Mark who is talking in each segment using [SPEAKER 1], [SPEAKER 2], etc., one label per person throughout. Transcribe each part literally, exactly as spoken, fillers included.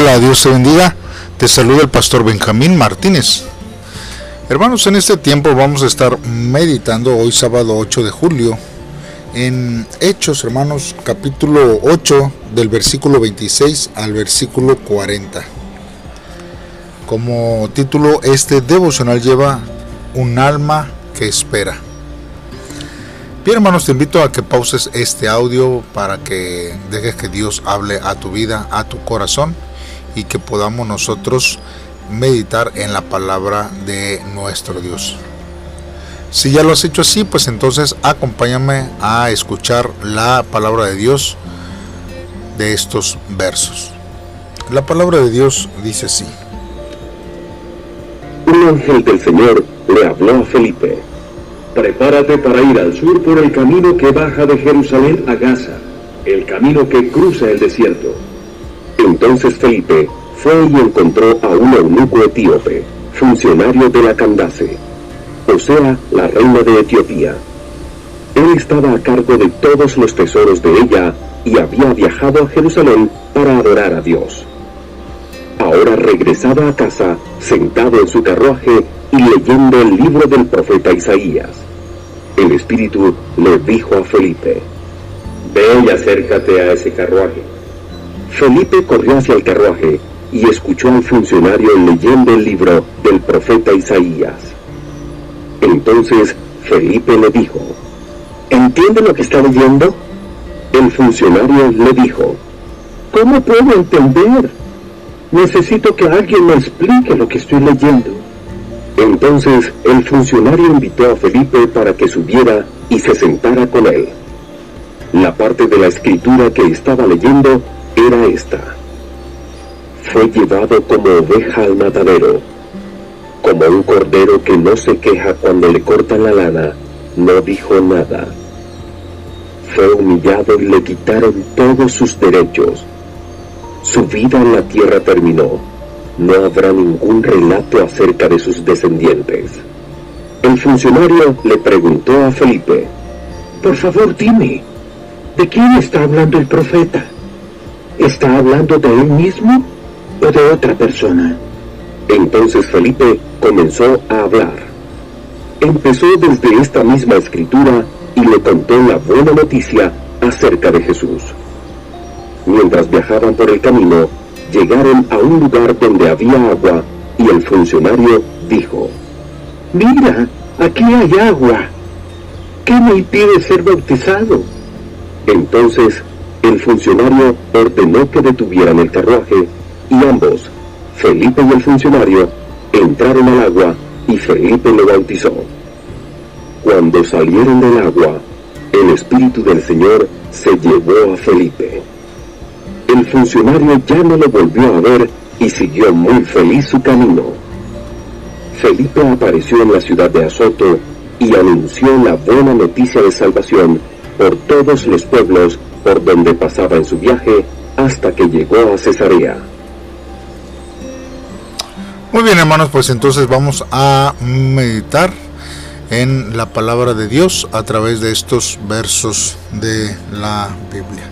[SPEAKER 1] Hola, Dios te bendiga. Te saluda el pastor Benjamín Martínez. Hermanos, en este tiempo vamos a estar meditando hoy sábado ocho de julio en Hechos, hermanos, capítulo ocho, del versículo veintiséis al versículo cuarenta. Como título, este devocional lleva un alma que espera. Bien, hermanos, te invito a que pauses este audio para que dejes que Dios hable a tu vida, a tu corazón, y que podamos nosotros meditar en la palabra de nuestro Dios. Si ya lo has hecho así, pues entonces acompáñame a escuchar la palabra de Dios de estos versos. La palabra de Dios dice así:
[SPEAKER 2] Un ángel del Señor le habló a Felipe: prepárate para ir al sur por el camino que baja de Jerusalén a Gaza, el camino que cruza el desierto. Entonces Felipe fue y encontró a un eunuco etíope, funcionario de la Candace, o sea, la reina de Etiopía. Él estaba a cargo de todos los tesoros de ella y había viajado a Jerusalén para adorar a Dios. Ahora regresaba a casa, sentado en su carruaje y leyendo el libro del profeta Isaías. El Espíritu le dijo a Felipe: ve y acércate a ese carruaje. Felipe corrió hacia el carruaje y escuchó al funcionario leyendo el libro del profeta Isaías. Entonces Felipe le dijo: ¿entiende lo que está leyendo? El funcionario le dijo: ¿cómo puedo entender? Necesito que alguien me explique lo que estoy leyendo. Entonces el funcionario invitó a Felipe para que subiera y se sentara con él. La parte de la escritura que estaba leyendo era esta: fue llevado como oveja al matadero, como un cordero que no se queja cuando le cortan la lana, no dijo nada. Fue humillado y le quitaron todos sus derechos. Su vida en la tierra terminó. No habrá ningún relato acerca de sus descendientes. El funcionario le preguntó a Felipe: por favor, dime, ¿de quién está hablando el profeta? ¿Está hablando de él mismo o de otra persona? Entonces Felipe comenzó a hablar. Empezó desde esta misma escritura y le contó la buena noticia acerca de Jesús. Mientras viajaban por el camino, llegaron a un lugar donde había agua, y el funcionario dijo: mira, aquí hay agua. ¿Qué me impide ser bautizado? Entonces el funcionario ordenó que detuvieran el carruaje, y ambos, Felipe y el funcionario, entraron al agua, y Felipe lo bautizó. Cuando salieron del agua, el Espíritu del Señor se llevó a Felipe. El funcionario ya no lo volvió a ver y siguió muy feliz su camino. Felipe apareció en la ciudad de Azoto y anunció la buena noticia de salvación por todos los pueblos por donde pasaba en su viaje hasta que llegó a Cesarea.
[SPEAKER 1] Muy bien, hermanos, pues entonces vamos a meditar en la palabra de Dios a través de estos versos de la Biblia.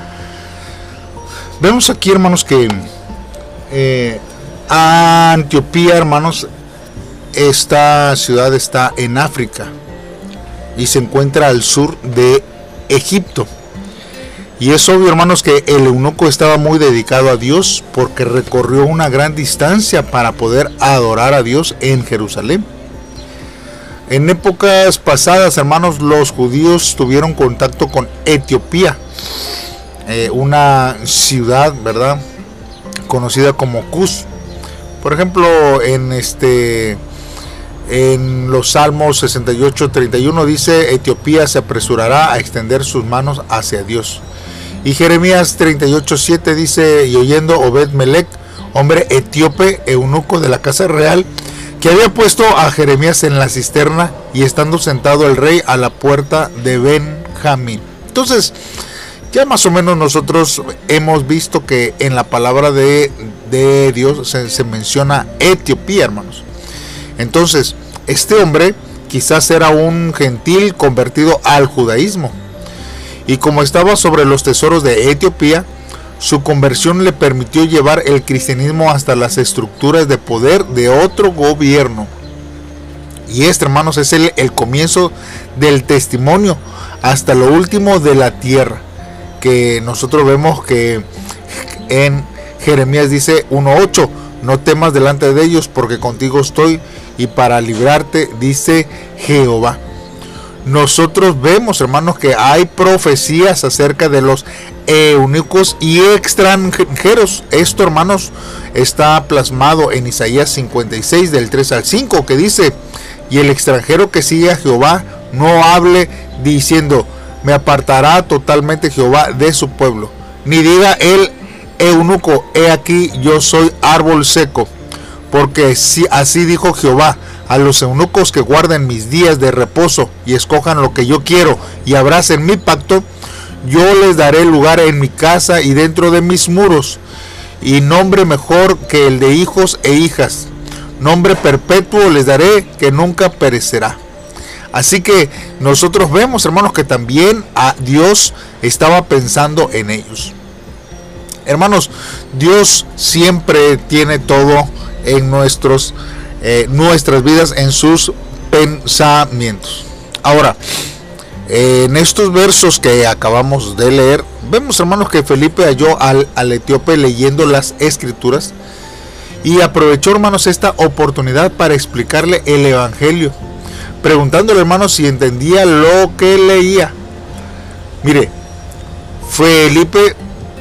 [SPEAKER 1] Vemos aquí, hermanos, que eh, Antioquía, hermanos, esta ciudad está en África y se encuentra al sur de Egipto. Y es obvio, hermanos, que el eunuco estaba muy dedicado a Dios porque recorrió una gran distancia para poder adorar a Dios en Jerusalén. En épocas pasadas, hermanos, los judíos tuvieron contacto con Etiopía, eh, una ciudad, ¿verdad?, conocida como Cus. Por ejemplo, en este en los Salmos sesenta y ocho, treinta y uno dice: Etiopía se apresurará a extender sus manos hacia Dios. Y Jeremías treinta y ocho, siete dice: y oyendo Obed-Melech, hombre etíope, eunuco de la casa real, que había puesto a Jeremías en la cisterna, y estando sentado el rey a la puerta de Benjamín. Entonces, ya más o menos nosotros hemos visto que en la palabra de, de Dios se, se menciona Etiopía, hermanos. Entonces, este hombre quizás era un gentil convertido al judaísmo. Y como estaba sobre los tesoros de Etiopía, Su conversión le permitió llevar el cristianismo hasta las estructuras de poder de otro gobierno. Y este, hermanos, es el, el comienzo del testimonio hasta lo último de la tierra. Que nosotros vemos que en Jeremías dice uno ocho, no temas delante de ellos porque contigo estoy y para librarte, dice Jehová. Nosotros vemos, hermanos, que hay profecías acerca de los eunucos y extranjeros. Esto, hermanos, está plasmado en Isaías cincuenta y seis del tres al cinco, que dice: y el extranjero que sigue a Jehová no hable diciendo, me apartará totalmente Jehová de su pueblo, ni diga el eunuco, he aquí yo soy árbol seco, porque si, así dijo Jehová, a los eunucos que guarden mis días de reposo y escojan lo que yo quiero y abracen mi pacto, yo les daré lugar en mi casa y dentro de mis muros, y nombre mejor que el de hijos e hijas, nombre perpetuo les daré que nunca perecerá. Así que nosotros vemos, hermanos, que también a Dios estaba pensando en ellos. Hermanos, Dios siempre tiene todo en nuestros Eh, nuestras vidas, en sus pensamientos. Ahora, eh, en estos versos que acabamos de leer, vemos, hermanos, que Felipe halló al, al etíope leyendo las escrituras y aprovechó, hermanos, esta oportunidad para explicarle el evangelio, preguntándole, hermanos, si entendía lo que leía. Mire, Felipe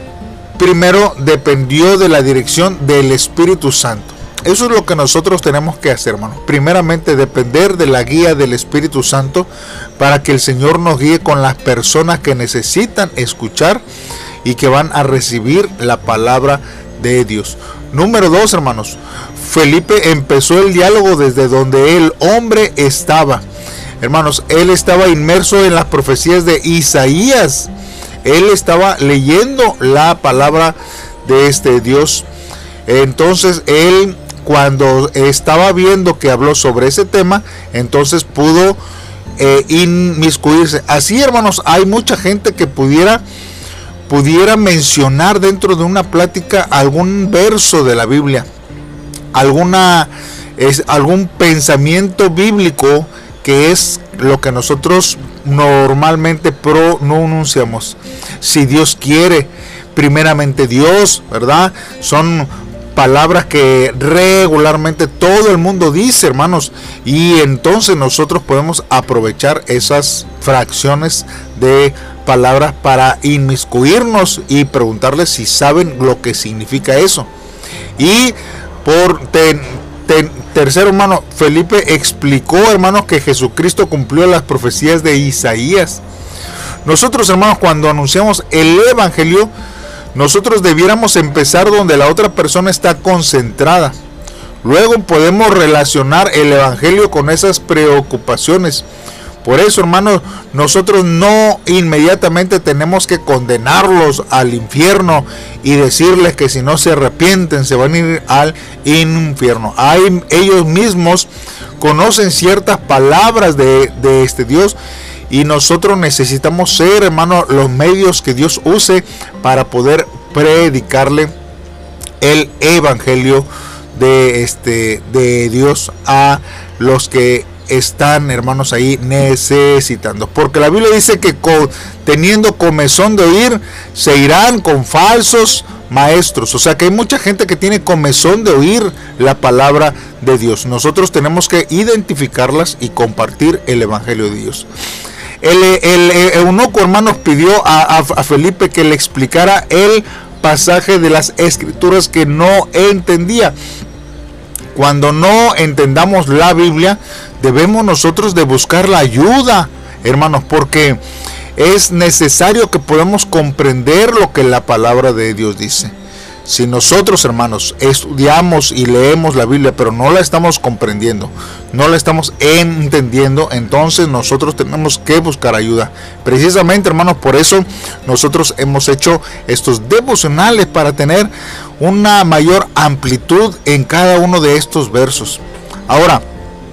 [SPEAKER 1] primero dependió de la dirección del Espíritu Santo. Eso es lo que nosotros tenemos que hacer, hermanos. Primeramente, depender de la guía del Espíritu Santo para que el Señor nos guíe con las personas que necesitan escuchar y que van a recibir la palabra de Dios. Número dos, hermanos, Felipe empezó el diálogo desde donde el hombre estaba. Hermanos, él estaba inmerso en las profecías de Isaías. Él estaba leyendo la palabra de este Dios. Entonces, él, cuando estaba viendo que habló sobre ese tema, entonces pudo eh, inmiscuirse. Así, hermanos, hay mucha gente que pudiera pudiera mencionar dentro de una plática algún verso de la Biblia, alguna es algún pensamiento bíblico, que es lo que nosotros normalmente pronunciamos. Si Dios quiere, primeramente Dios, ¿verdad? Son palabras que regularmente todo el mundo dice, hermanos, y entonces nosotros podemos aprovechar esas fracciones de palabras para inmiscuirnos y preguntarles si saben lo que significa eso. Y por ten, ten, tercero, hermano, Felipe explicó, hermanos, que Jesucristo cumplió las profecías de Isaías. Nosotros, hermanos, cuando anunciamos el evangelio, nosotros debiéramos empezar donde la otra persona está concentrada. Luego podemos relacionar el evangelio con esas preocupaciones. Por eso, hermanos, nosotros no inmediatamente tenemos que condenarlos al infierno y decirles que si no se arrepienten se van a ir al infierno. Hay, ellos mismos conocen ciertas palabras de, de este Dios. Y nosotros necesitamos ser, hermano, los medios que Dios use para poder predicarle el evangelio de este de Dios a los que están, hermanos, ahí necesitando. Porque la Biblia dice que con, teniendo comezón de oír, se irán con falsos maestros. O sea que hay mucha gente que tiene comezón de oír la palabra de Dios. Nosotros tenemos que identificarlas y compartir el evangelio de Dios. El, el, el eunuco, hermanos, pidió a, a, a Felipe que le explicara el pasaje de las escrituras que no entendía. Cuando no entendamos la Biblia, debemos nosotros de buscar la ayuda, hermanos, porque es necesario que podamos comprender lo que la palabra de Dios dice. Si nosotros, hermanos, estudiamos y leemos la Biblia, pero no la estamos comprendiendo, no la estamos entendiendo, entonces nosotros tenemos que buscar ayuda. Precisamente, hermanos, por eso nosotros hemos hecho estos devocionales para tener una mayor amplitud en cada uno de estos versos. Ahora,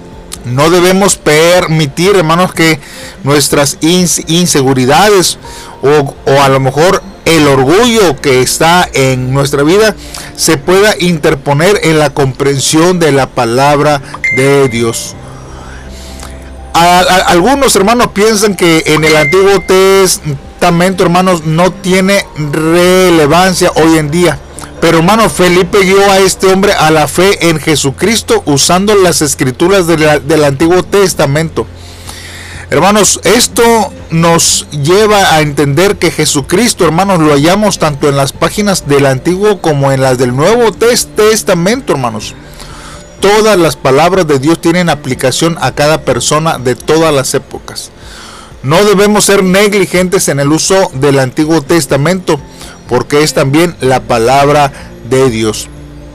[SPEAKER 1] no debemos permitir, hermanos, que nuestras inseguridades o, o a lo mejor el orgullo que está en nuestra vida se pueda interponer en la comprensión de la palabra de Dios. A, a, algunos hermanos piensan que en el Antiguo Testamento, hermanos, no tiene relevancia hoy en día. Pero hermano, Felipe guió a este hombre a la fe en Jesucristo usando las escrituras de la, del Antiguo Testamento. Hermanos, esto nos lleva a entender que Jesucristo, hermanos, lo hallamos tanto en las páginas del Antiguo como en las del Nuevo Testamento, hermanos. Todas las palabras de Dios tienen aplicación a cada persona de todas las épocas. No debemos ser negligentes en el uso del Antiguo Testamento, porque es también la palabra de Dios.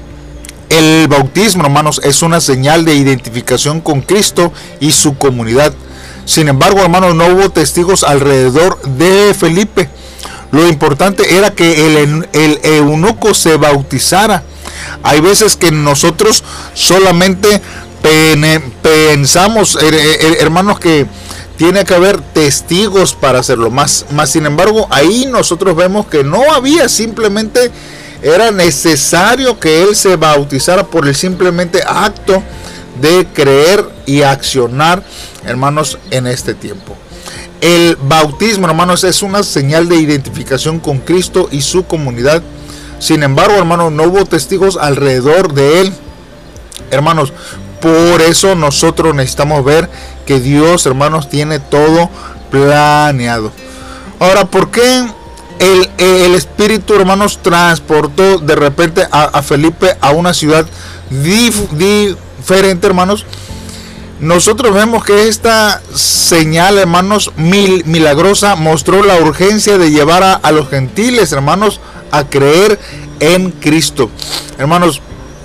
[SPEAKER 1] El bautismo, hermanos, es una señal de identificación con Cristo y su comunidad. Sin embargo, hermanos, no hubo testigos alrededor de Felipe. Lo importante era que el, el eunuco se bautizara. Hay veces que nosotros solamente pensamos, hermanos, que tiene que haber testigos para hacerlo. Más, más sin embargo, ahí nosotros vemos que no había, simplemente era necesario que él se bautizara por el simplemente acto de creer y accionar, hermanos, en este tiempo. El bautismo, hermanos, es una señal de identificación con Cristo y su comunidad. Sin embargo, hermanos, no hubo testigos alrededor de él. Hermanos, por eso nosotros necesitamos ver que Dios, hermanos, tiene todo planeado. Ahora, ¿por qué el, el Espíritu, hermanos, transportó de repente a, a Felipe a una ciudad dif, diferente, hermanos? Nosotros vemos que esta señal, hermanos, mil, milagrosa, mostró la urgencia de llevar a, a los gentiles, hermanos, a creer en Cristo. Hermanos,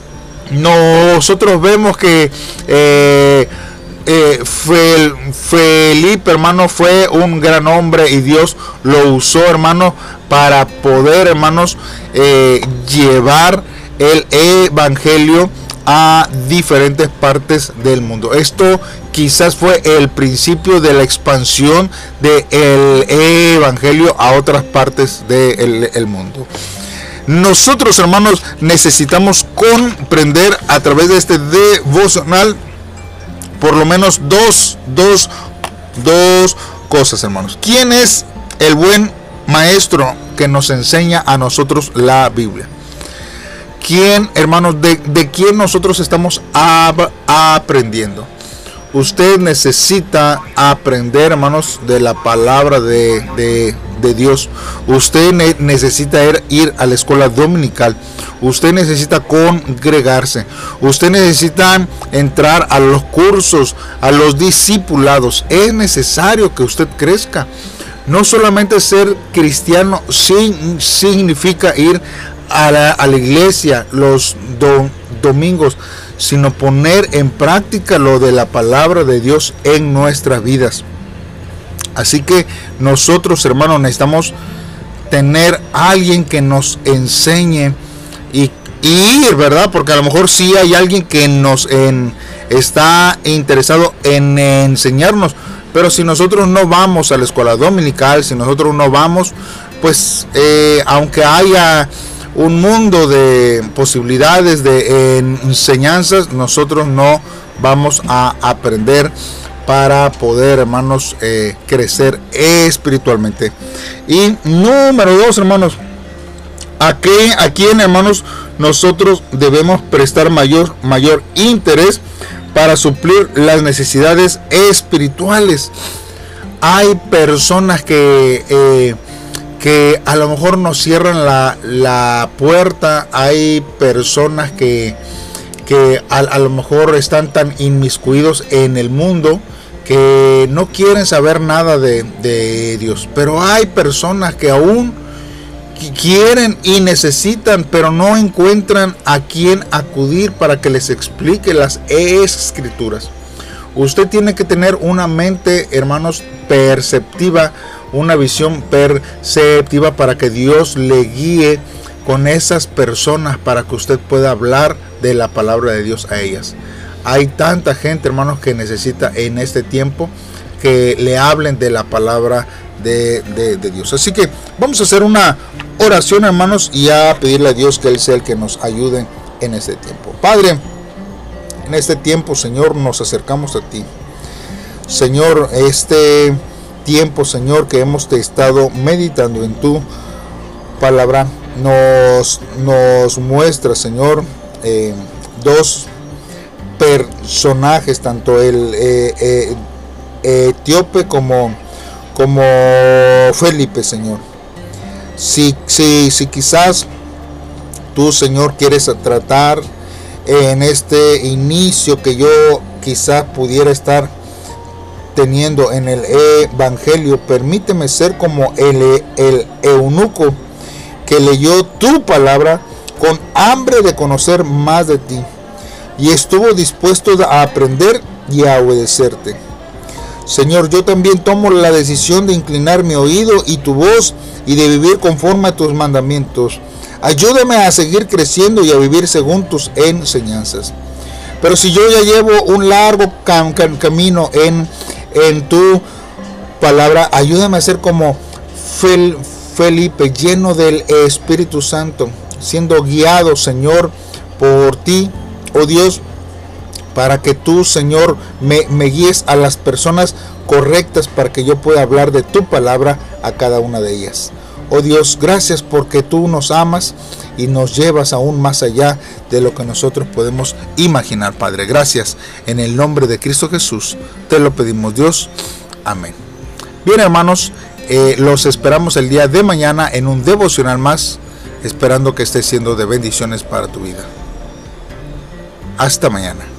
[SPEAKER 1] nosotros vemos que eh, eh, Fel, Felipe, hermano, fue un gran hombre y Dios lo usó, hermano, para poder, hermanos, eh, llevar el evangelio a diferentes partes del mundo. Esto quizás fue el principio de la expansión del evangelio a otras partes del el mundo. Nosotros, hermanos, necesitamos comprender a través de este devocional por lo menos dos, dos, dos cosas, hermanos. ¿Quién es el buen maestro que nos enseña a nosotros la Biblia? ¿Quién, hermanos, de, de quién nosotros estamos ab, aprendiendo? Usted necesita aprender, hermanos, de la palabra de, de, de Dios. Usted ne necesita ir, ir a la escuela dominical. Usted necesita congregarse. Usted necesita entrar a los cursos, a los discipulados. Es necesario que usted crezca. No solamente ser cristiano sin, significa ir a la, a la iglesia los do, domingos, sino poner en práctica lo de la palabra de Dios en nuestras vidas. Así que nosotros, hermanos, necesitamos tener a alguien que nos enseñe y, y ir, ¿verdad? Porque a lo mejor sí hay alguien que nos en, está interesado en enseñarnos, pero si nosotros no vamos a la escuela dominical, si nosotros no vamos, pues eh, aunque haya un mundo de posibilidades de enseñanzas, nosotros no vamos a aprender para poder, hermanos, eh, crecer espiritualmente. Y número dos, hermanos, ¿a qué, a quién, hermanos, nosotros debemos prestar mayor, mayor interés para suplir las necesidades espirituales? Hay personas que eh, que a lo mejor nos cierran la, la puerta. Hay personas que, que a, a lo mejor están tan inmiscuidos en el mundo que no quieren saber nada de, de Dios. Pero hay personas que aún quieren y necesitan, pero no encuentran a quién acudir para que les explique las escrituras. Usted tiene que tener una mente, hermanos, perceptiva, una visión perceptiva para que Dios le guíe con esas personas para que usted pueda hablar de la palabra de Dios a ellas. Hay tanta gente, hermanos, que necesita en este tiempo que le hablen de la palabra de, de, de Dios. Así que vamos a hacer una oración, hermanos, y a pedirle a Dios que Él sea el que nos ayude en este tiempo. Padre, en este tiempo, Señor, nos acercamos a ti. Señor, este tiempo, Señor, que hemos estado meditando en tu palabra, nos, nos muestra, Señor, eh, dos personajes, tanto el eh, eh, etíope como, como Felipe, Señor. Si, si, si quizás tú, Señor, quieres tratar en este inicio que yo quizás pudiera estar teniendo en el evangelio, permíteme ser como el, el eunuco que leyó tu palabra con hambre de conocer más de ti y estuvo dispuesto a aprender y a obedecerte. Señor, yo también tomo la decisión de inclinar mi oído y tu voz y de vivir conforme a tus mandamientos. Ayúdame a seguir creciendo y a vivir según tus enseñanzas. Pero si yo ya llevo un largo cam cam camino en, en tu palabra, ayúdame a ser como Fel Felipe, lleno del Espíritu Santo, siendo guiado, Señor, por ti, oh Dios, para que tú, Señor, me, me guíes a las personas correctas para que yo pueda hablar de tu palabra a cada una de ellas. Oh Dios, gracias porque tú nos amas y nos llevas aún más allá de lo que nosotros podemos imaginar, Padre. Gracias. En el nombre de Cristo Jesús te lo pedimos, Dios. Amén. Bien, hermanos, eh, los esperamos el día de mañana en un devocional más, esperando que esté siendo de bendiciones para tu vida. Hasta mañana.